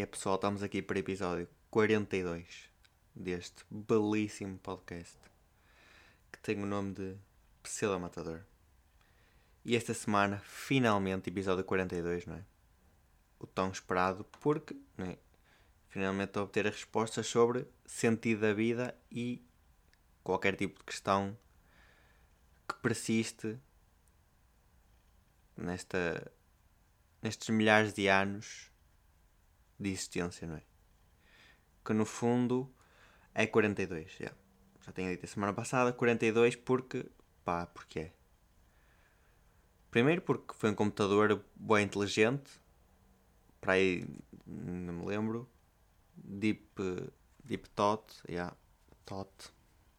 Pessoal, estamos aqui para o episódio 42 deste belíssimo podcast que tem o nome de Pseudo Matador. E esta semana, finalmente, episódio 42, não é? O tão esperado, porque não é? Finalmente estou a obter as respostas sobre sentido da vida e qualquer tipo de questão que persiste nestes milhares de anos de existência, não é? Que no fundo é 42, já. Já tinha dito a semana passada, 42 porque é. Primeiro porque foi um computador bem inteligente, para aí, não me lembro, Deep Thought, Thought.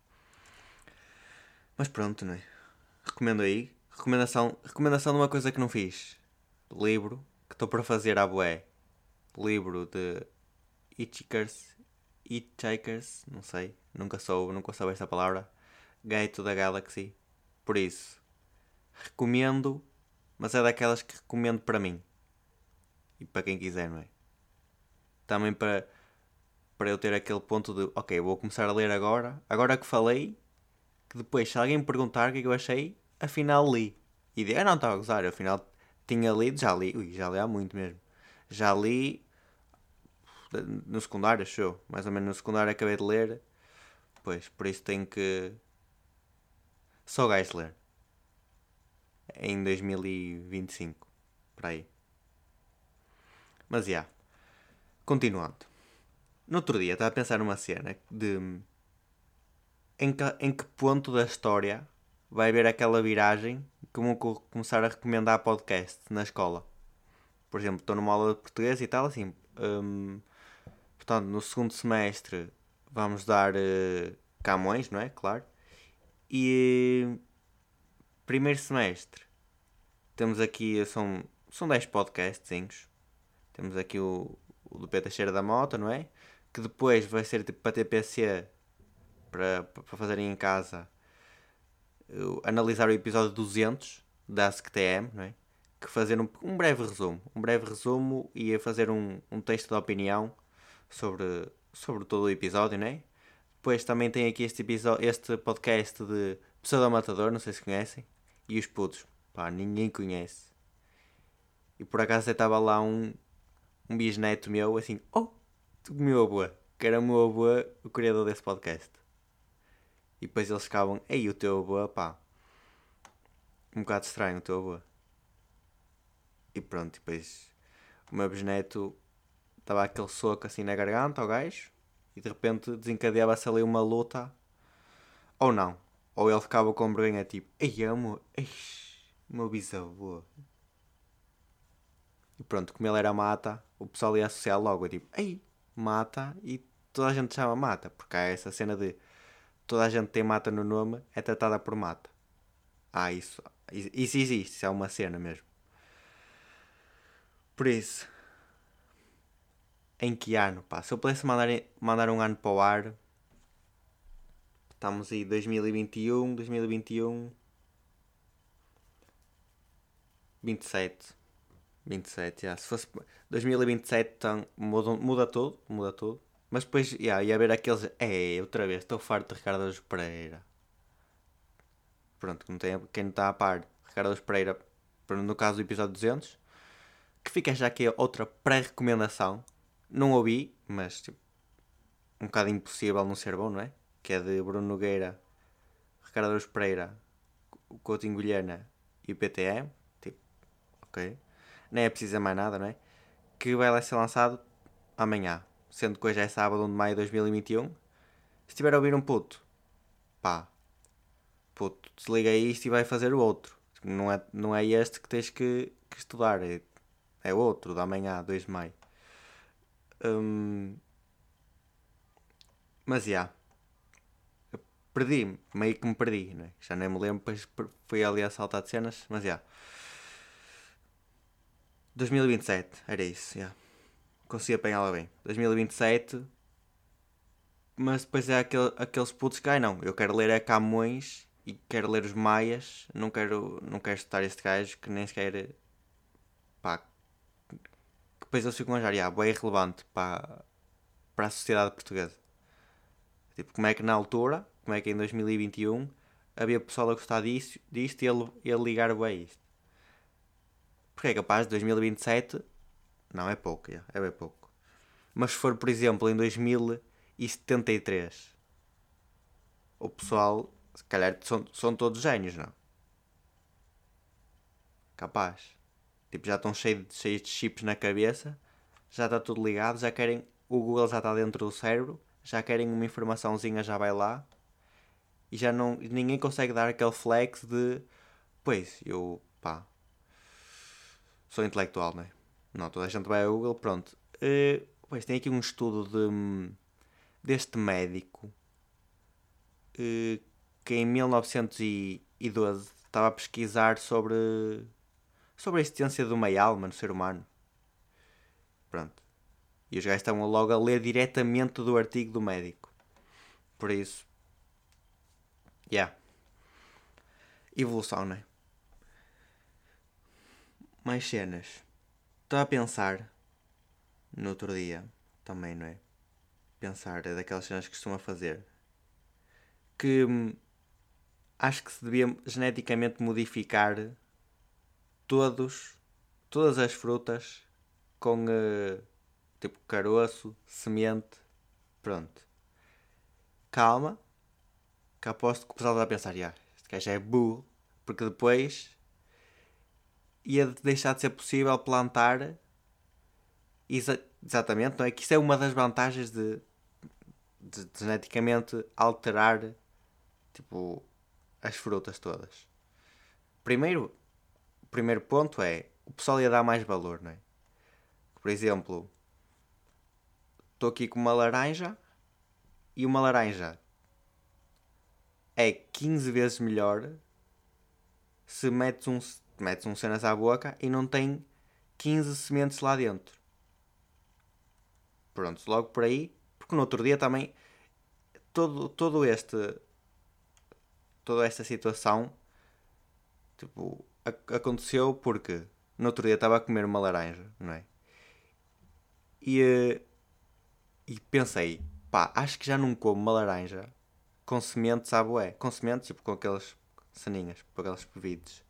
Mas pronto, não é? Recomendo aí, recomendação de uma coisa que não fiz, livro, que estou para fazer à bué, livro de Hitchhikers, não sei, nunca soube esta palavra, Guide to the Galaxy, por isso, recomendo, mas é daquelas que recomendo para mim, e para quem quiser, não é? Também para eu ter aquele ponto de, ok, vou começar a ler agora que falei, que depois se alguém me perguntar o que é que eu achei, afinal li, e digo, não estava a gozar, afinal tinha lido, já li há muito mesmo, já li no secundário, show. Mais ou menos no secundário acabei de ler. Pois, por isso tenho que... Só gajo de ler. Em 2025. Por aí. Mas, já. Continuando. No outro dia estava a pensar numa cena de... Em que ponto da história vai haver aquela viragem que vão começar a recomendar podcast na escola. Por exemplo, estou numa aula de português e tal, assim... portanto, no segundo semestre vamos dar Camões, não é? Claro. E primeiro semestre temos aqui, são 10 podcastzinhos. Temos aqui o do P. Teixeira da Mota, não é? Que depois vai ser tipo para TPC, para fazerem em casa, analisar o episódio 200 da AskTM, não é? Que fazer um breve resumo. Um breve resumo e fazer um texto de opinião sobre todo o episódio, não é? Depois também tem aqui este podcast de Pseudo Matador, não sei se conhecem. E os putos, pá, ninguém conhece. E por acaso estava lá um bisneto meu, assim, o meu avô, que era o meu avô, o criador desse podcast. E depois eles ficavam, ei, o teu avô, pá, um bocado estranho o teu avô. E pronto, depois o meu bisneto estava aquele soco assim na garganta ao gajo, e de repente desencadeava-se ali uma luta, ou não. Ou ele ficava com vergonha, tipo, ei, amo, o meu bisavô. E pronto, como ele era mata, o pessoal ia associar logo, tipo, ei, mata, e toda a gente chama mata, porque há essa cena de toda a gente tem mata no nome, é tratada por mata. Isso existe, isso é uma cena mesmo. Por isso, em que ano, pá, se eu pudesse mandar um ano para o ar, estamos aí 2021, 27. 27, já. Se fosse 2027, então muda tudo. Mas depois, ia haver aqueles. Outra vez, estou farto de Ricardo Araújo Pereira. Pronto, quem não está a par, Ricardo Araújo Pereira, no caso do episódio 200, que fica já aqui outra pré-recomendação. Não ouvi, mas tipo, um bocado impossível não ser bom, não é? Que é de Bruno Nogueira, Ricardo Araújo Pereira, o Coutinho Vilhena e o PTM. Tipo, ok. Nem é preciso mais nada, não é? Que vai ser lançado amanhã, sendo que hoje é sábado 1 de maio de 2021. Se estiver a ouvir um puto, pá, puto, desliga isto e vai fazer o outro. Não é este que tens que estudar, é outro, da amanhã, 2 de maio. Mas já, perdi-me, meio que me perdi, não é? Já nem me lembro, depois fui ali a saltar de cenas, mas já. 2027, era isso, já. Consegui apanhá-la bem. 2027, mas depois é aqueles putos que, não, eu quero ler a Camões e quero ler os Maias, não quero estudar este gajo que nem sequer, pá, que depois eles ficam a achar, é irrelevante para a sociedade portuguesa. Tipo, como é que na altura, como é que em 2021 havia pessoal a gostar disto e ele ligar bem a isto. Porque é capaz de 2027, não é pouco, é bem pouco. Mas se for, por exemplo, em 2073, o pessoal, se calhar, são todos génios, não? Capaz. Tipo, já estão cheios de chips na cabeça, já está tudo ligado, já querem. O Google já está dentro do cérebro, já querem uma informaçãozinha, já vai lá. E já não. Ninguém consegue dar aquele flex de. Pois, eu. Pá. Sou intelectual, não é? Não, toda a gente vai ao Google, pronto. Pois, tem aqui um estudo deste médico que em 1912 estava a pesquisar sobre a existência de uma alma no ser humano. Pronto. E os gajos estavam logo a ler diretamente do artigo do médico. Por isso, yeah. Evolução, não é? Mais cenas. Estava a pensar no outro dia também, não é? Pensar é daquelas cenas que costuma fazer. Que acho que se devia geneticamente modificar todas as frutas com tipo caroço, semente, pronto. Calma, que aposto que o pessoal está a pensar, este gajo é burro, porque depois ia deixar de ser possível plantar exatamente, não é? Que isso é uma das vantagens de geneticamente alterar tipo as frutas todas. Primeiro, o primeiro ponto é o pessoal ia dar mais valor, não é? Por exemplo, estou aqui com uma laranja e uma laranja é 15 vezes melhor se metes um cenas à boca e não tem 15 sementes lá dentro. Pronto, logo por aí, porque no outro dia também todo toda esta situação tipo, aconteceu porque no outro dia estava a comer uma laranja, não é? E, e pensei, pá, acho que já não como uma laranja com sementes à boé. Com sementes, tipo com aquelas ceninhas, com aqueles pevides.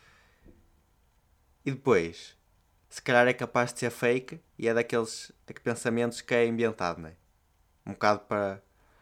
E depois, se calhar é capaz de ser fake e é daqueles pensamentos que é ambientado, não é? Um bocado para.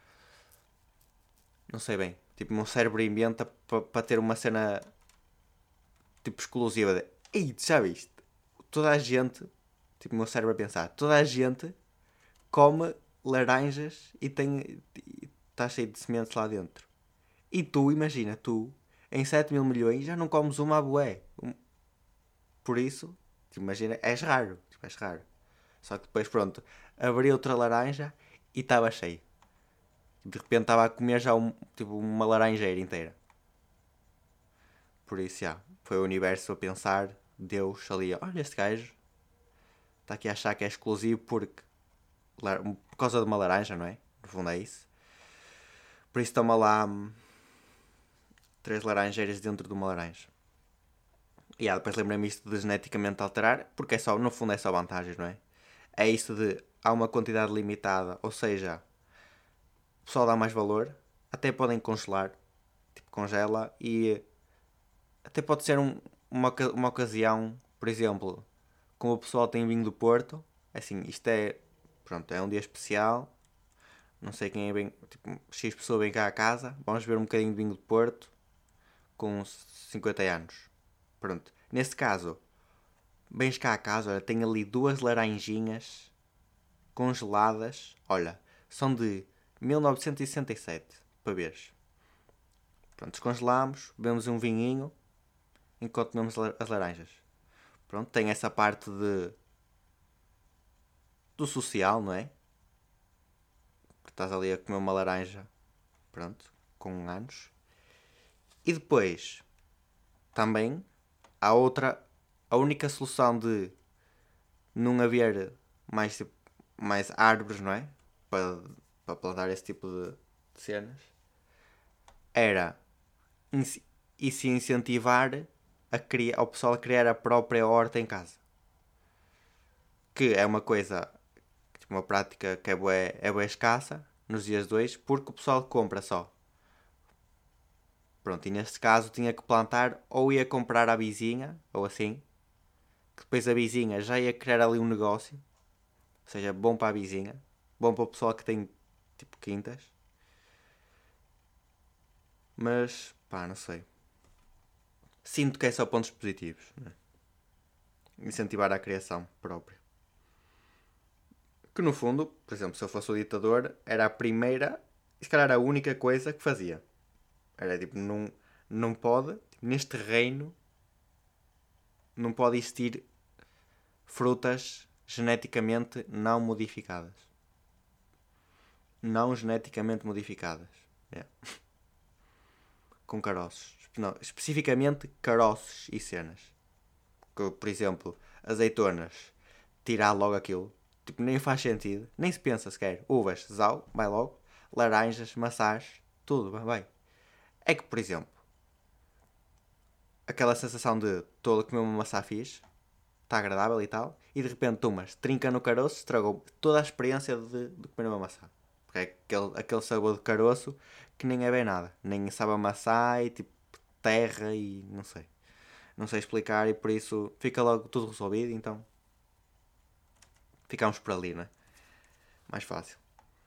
Não sei bem. Tipo, o meu cérebro inventa para ter uma cena tipo exclusiva de. Ei, já viste? Toda a gente. Tipo, o meu cérebro a pensar. Toda a gente come laranjas e tem. Está cheio de sementes lá dentro. E tu, imagina, tu, em 7 mil milhões já não comes uma bué. Por isso, tipo, imagina, és raro. Tipo, és raro. Só que depois, pronto, abri outra laranja e estava cheio. De repente estava a comer já tipo, uma laranjeira inteira. Por isso, já, foi o universo a pensar, Deus ali, olha este gajo, está aqui a achar que é exclusivo por causa de uma laranja, não é? No fundo é isso. Por isso toma lá 3 laranjeiras dentro de uma laranja. E depois lembrei-me isto de geneticamente alterar, porque é só, no fundo é só vantagens, não é? É isso de há uma quantidade limitada, ou seja, o pessoal dá mais valor, até podem congelar, tipo congela, e até pode ser uma ocasião, por exemplo, como o pessoal tem vinho do Porto, assim, isto é, pronto, é um dia especial, não sei quem é bem, tipo, X pessoa vem cá à casa, vamos ver um bocadinho de vinho do Porto, com 50 anos. Pronto, nesse caso, vens cá à casa, olha, tem ali 2 laranjinhas congeladas, olha, são de 1967, para veres. Pronto, descongelamos, bebemos um vinhinho, enquanto comemos as laranjas. Pronto, tem essa parte do social, não é? Que estás ali a comer uma laranja, pronto, com anos. E depois, também, a única solução de não haver mais árvores, não é? Para plantar esse tipo de cenas, era e se incentivar ao pessoal a criar a própria horta em casa. que é uma coisa, tipo, uma prática que é bué escassa nos dias de hoje, porque o pessoal compra só. Pronto, e neste caso tinha que plantar ou ia comprar à vizinha, ou assim, que depois a vizinha já ia criar ali um negócio, ou seja, bom para a vizinha, bom para o pessoal que tem tipo quintas, mas pá, não sei. Sinto que é só pontos positivos, né? Incentivar a criação própria. Que no fundo, por exemplo, se eu fosse o ditador, era a primeira e se calhar a única coisa que fazia. Era tipo, não pode, tipo, neste reino, não pode existir frutas geneticamente não modificadas. Não geneticamente modificadas. Yeah. Com caroços. Não, especificamente caroços e cenas. Por exemplo, azeitonas. Tirar logo aquilo. Tipo, nem faz sentido. Nem se pensa sequer. Uvas, zau, vai logo. Laranjas, maçãs, tudo, vai. É que, por exemplo, aquela sensação de estou a comer uma maçã fixe, está agradável e tal, e de repente tomas, trinca no caroço, estragou toda a experiência de comer uma maçã. Porque é aquele sabor de caroço que nem é bem nada. Nem sabe a maçã e tipo terra e não sei. Não sei explicar e por isso fica logo tudo resolvido, então ficamos por ali, né? Mais fácil.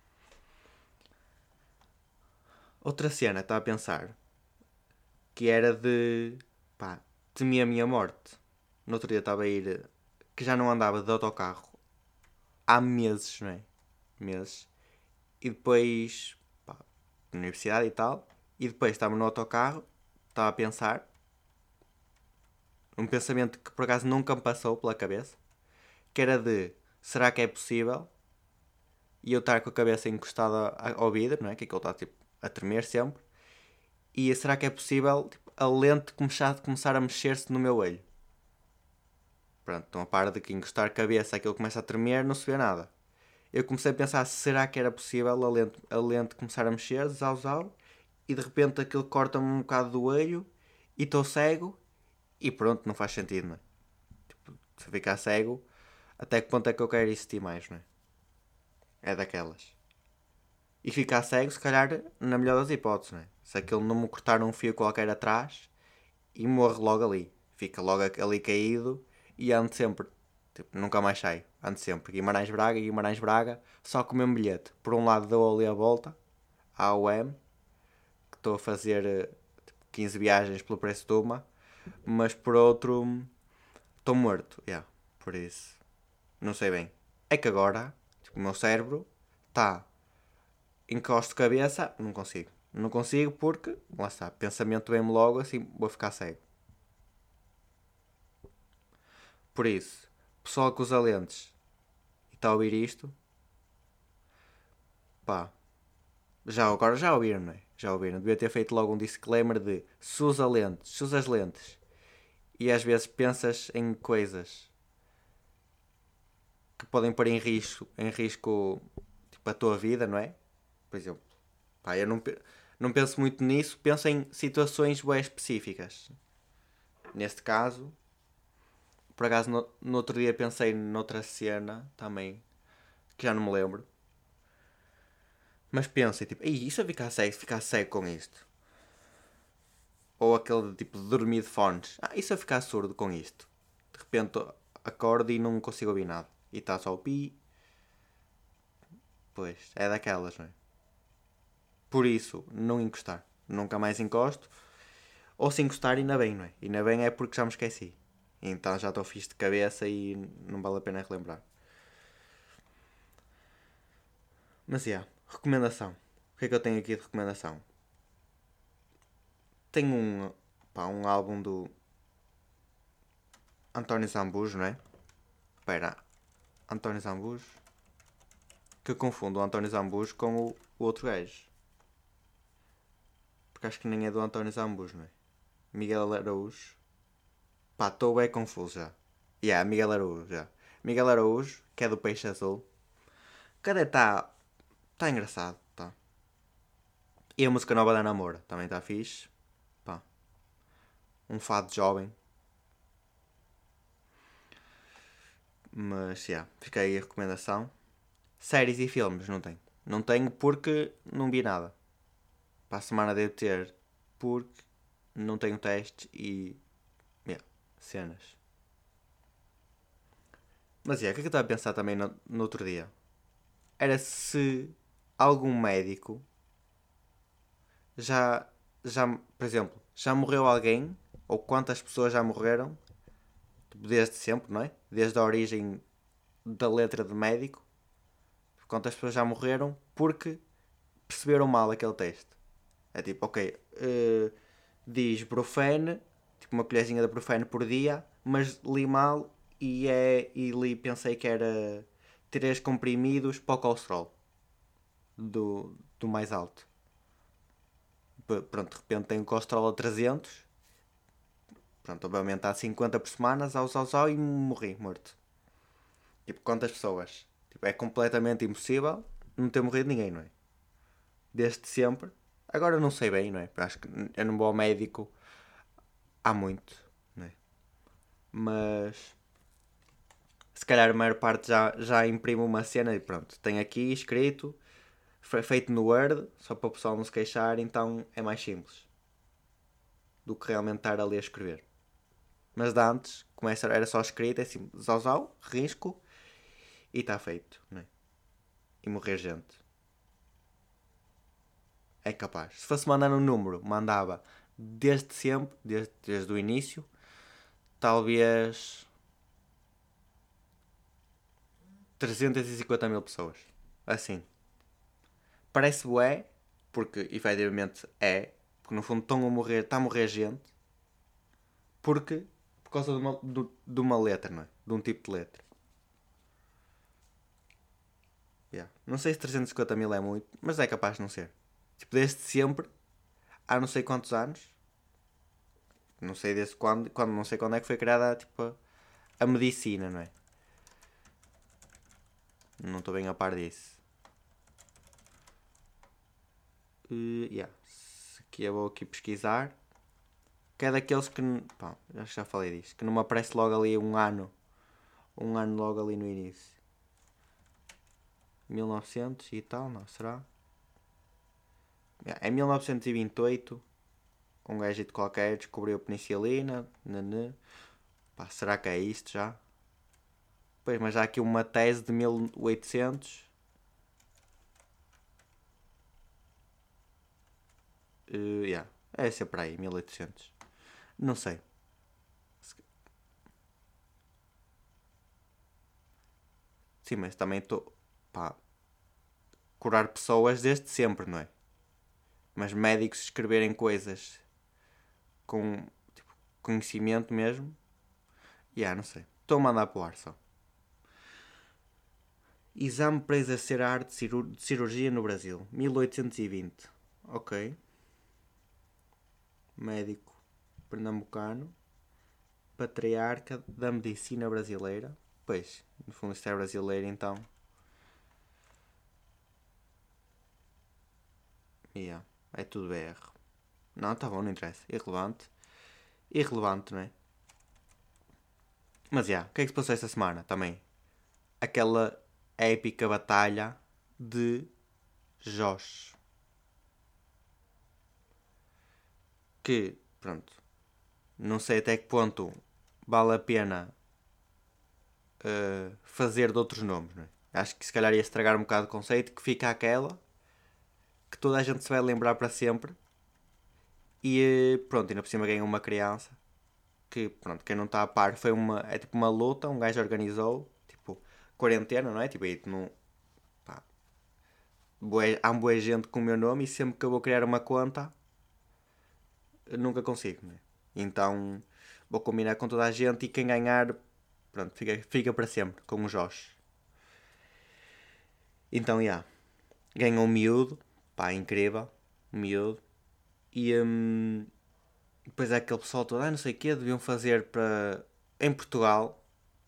Outra cena, estava a pensar, que era de pá, temia a minha morte. No outro dia estava a ir, que já não andava de autocarro há meses, não é? Meses. E depois, pá, universidade e tal. E depois estava no autocarro, estava a pensar, um pensamento que por acaso nunca me passou pela cabeça, que era de, será que é possível? E eu estar com a cabeça encostada ao vidro, não é? Que aquilo está tipo a tremer sempre. E será que é possível tipo, a lente começar a mexer-se no meu olho? Pronto, então a par de que encostar a cabeça aquilo começa a tremer, não se vê nada. Eu comecei a pensar, será que era possível a lente começar a mexer, zau, e de repente aquilo corta-me um bocado do olho e estou cego e pronto, não faz sentido, não é? Tipo, se eu ficar cego, até que ponto é que eu quero existir mais, não é? É daquelas. E ficar cego, se calhar, na melhor das hipóteses, não é? Se aquilo não me cortar um fio qualquer atrás e morre logo ali. Fica logo ali caído e ando sempre. Tipo, nunca mais saio. Ando sempre. Guimarães Braga, só com o mesmo bilhete. Por um lado dou ali a volta, à UM, que estou a fazer tipo, 15 viagens pelo preço de uma, mas por outro estou morto. Yeah, por isso, não sei bem. É que agora, tipo, o meu cérebro está encosto cabeça, não consigo. Não consigo porque, lá está, pensamento vem-me logo assim, vou ficar cego. Por isso, pessoal que usa lentes e está a ouvir isto, pá, agora já ouviram, não é? Já ouviram. Devia ter feito logo um disclaimer de se usa lentes, se usas lentes e às vezes pensas em coisas que podem pôr em risco tipo, a tua vida, não é? Por exemplo, pá, eu não penso muito nisso, penso em situações bem específicas. Neste caso, por acaso no outro dia pensei noutra cena também, que já não me lembro. Mas pensei, tipo, e se eu ficar cego com isto? Ou aquele tipo de dormir de fones. E se eu ficar surdo com isto? De repente acordo e não consigo ouvir nada. E está só o pi. Pois, é daquelas, não é? Por isso, não encostar. Nunca mais encosto. Ou se encostar, ainda bem, não é? Ainda bem é porque já me esqueci. Então já estou fixe de cabeça e não vale a pena relembrar. Mas, recomendação. O que é que eu tenho aqui de recomendação? Tenho um álbum do António Zambujo, não é? Espera, António Zambujo? Que eu confundo o António Zambujo com o outro gajo. Porque acho que nem é do António Zambujo, não é? Miguel Araújo. Pá, estou bem confuso já. Miguel Araújo, já. Miguel Araújo, que é do Peixe Azul. Cadê está? Está engraçado, tá. E a música nova da Namora, também está fixe. Pá, um fado jovem. Mas, já, fica aí a recomendação. Séries e filmes, não tenho. Não tenho porque não vi nada. Para a semana devo ter porque não tenho testes e, cenas. Mas, o que é que eu estava a pensar também no outro dia? Era se algum médico já, já, por exemplo, já morreu alguém, ou quantas pessoas já morreram, desde sempre, não é? Desde a origem da letra de médico, quantas pessoas já morreram porque perceberam mal aquele teste. É tipo, ok, diz Brufene, tipo uma colherzinha de Brufene por dia, mas li mal e pensei que era 3 comprimidos para o colesterol do mais alto. Pronto, de repente tenho colesterol a 300. Pronto, obviamente há 50 por semana, e morri, morto. Tipo, quantas pessoas? Tipo, é completamente impossível não ter morrido ninguém, não é? Desde sempre. Agora não sei bem, não é? Acho que eu não vou ao médico há muito, não é? Mas se calhar a maior parte já imprime uma cena e pronto, tem aqui escrito, feito no Word, só para o pessoal não se queixar, então é mais simples do que realmente estar ali a escrever. Mas de antes, era só escrito, é assim, zauzau, risco e está feito, não é? E morrer gente. É capaz. Se fosse mandar um número, mandava desde sempre, desde o início, talvez 350 mil pessoas. Assim. Parece bué, porque efetivamente é, porque no fundo estão a morrer, está a morrer gente, porque por causa de uma letra, não é? De um tipo de letra. Yeah. Não sei se 350 mil é muito, mas é capaz de não ser. Tipo, desde sempre, há não sei quantos anos, não sei desde quando não sei quando é que foi criada tipo, a medicina, não é? Não estou bem a par disso. Yeah. Aqui eu vou aqui pesquisar. Que é daqueles que. Pá, já falei disso. Que não me aparece logo ali um ano. Um ano logo ali no início. 1900 e tal, não será? Yeah, em 1928, um gajo qualquer descobriu a penicilina. Nanã. Pá, será que é isto já? Pois, mas há aqui uma tese de 1800. Yeah. É sempre aí, 1800. Não sei. Sim, mas também estou. Pá, curar pessoas desde sempre, não é? Mas médicos escreverem coisas com tipo, conhecimento mesmo. Não sei. Estou a mandar para o ar só. Exame para exercer a arte de cirurgia no Brasil. 1820. Ok. Médico pernambucano. Patriarca da medicina brasileira. Pois, no fundo isto é brasileiro então. É tudo BR. Não, tá bom, não interessa. Irrelevante. Irrelevante, não é? Mas o que é que se passou esta semana também? Aquela épica batalha de Josh. Que, pronto, não sei até que ponto vale a pena fazer de outros nomes, não é? Acho que se calhar ia estragar um bocado o conceito, que fica aquela que toda a gente se vai lembrar para sempre. E pronto, ainda por cima ganha uma criança. Que pronto, quem não está a par é tipo uma luta, um gajo organizou, tipo, quarentena, não é? Tipo, aí não, pá, há uma boa gente com o meu nome e sempre que eu vou criar uma conta nunca consigo, né? Então vou combinar com toda a gente e quem ganhar, pronto, fica para sempre com o Josh. Então, ganhou um miúdo, pá, incrível, um miúdo. E depois é aquele pessoal todo, não sei o quê, deviam fazer para. Em Portugal,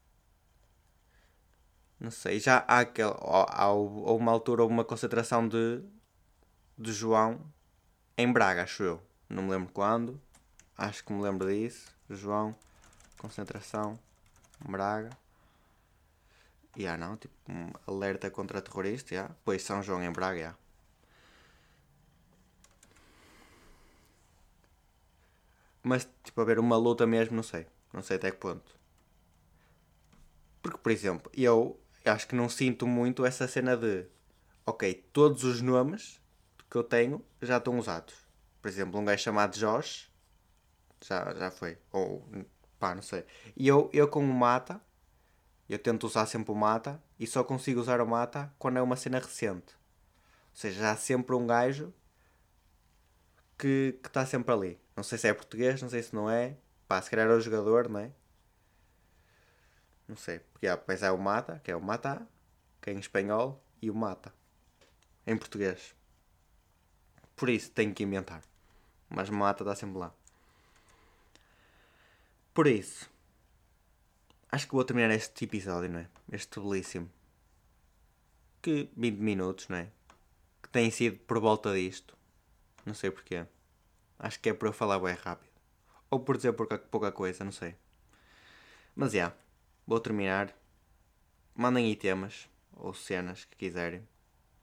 não sei, já há aquele. Houve uma altura, houve uma concentração de João em Braga, acho eu. Não me lembro quando. Acho que me lembro disso. João, concentração, Braga. Não, tipo, um alerta contra terrorista, Pois São João em Braga, Mas, tipo, haver uma luta mesmo, não sei. Não sei até que ponto. Porque, por exemplo, eu acho que não sinto muito essa cena de... Ok, todos os nomes que eu tenho já estão usados. Por exemplo, um gajo chamado Josh, já foi. Ou, pá, não sei. E eu com o Mata, eu tento usar sempre o Mata, e só consigo usar o Mata quando é uma cena recente. Ou seja, já há sempre um gajo que está sempre ali. Não sei se é português, não sei se não é. Pá, se calhar é o jogador, não é? Não sei. Porque depois é o Mata, que é o Mata, que é em espanhol, e o Mata, em português. Por isso tenho que inventar. Mas Mata está sempre lá. Por isso, acho que vou terminar este episódio, não é? Este belíssimo. Que 20 minutos, não é? Que tem sido por volta disto. Não sei porquê. Acho que é por eu falar bem rápido. Ou por dizer pouca coisa, não sei. Mas vou terminar. Mandem aí temas ou cenas que quiserem.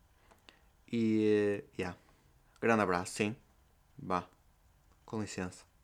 E grande abraço, sim. Vá, com licença.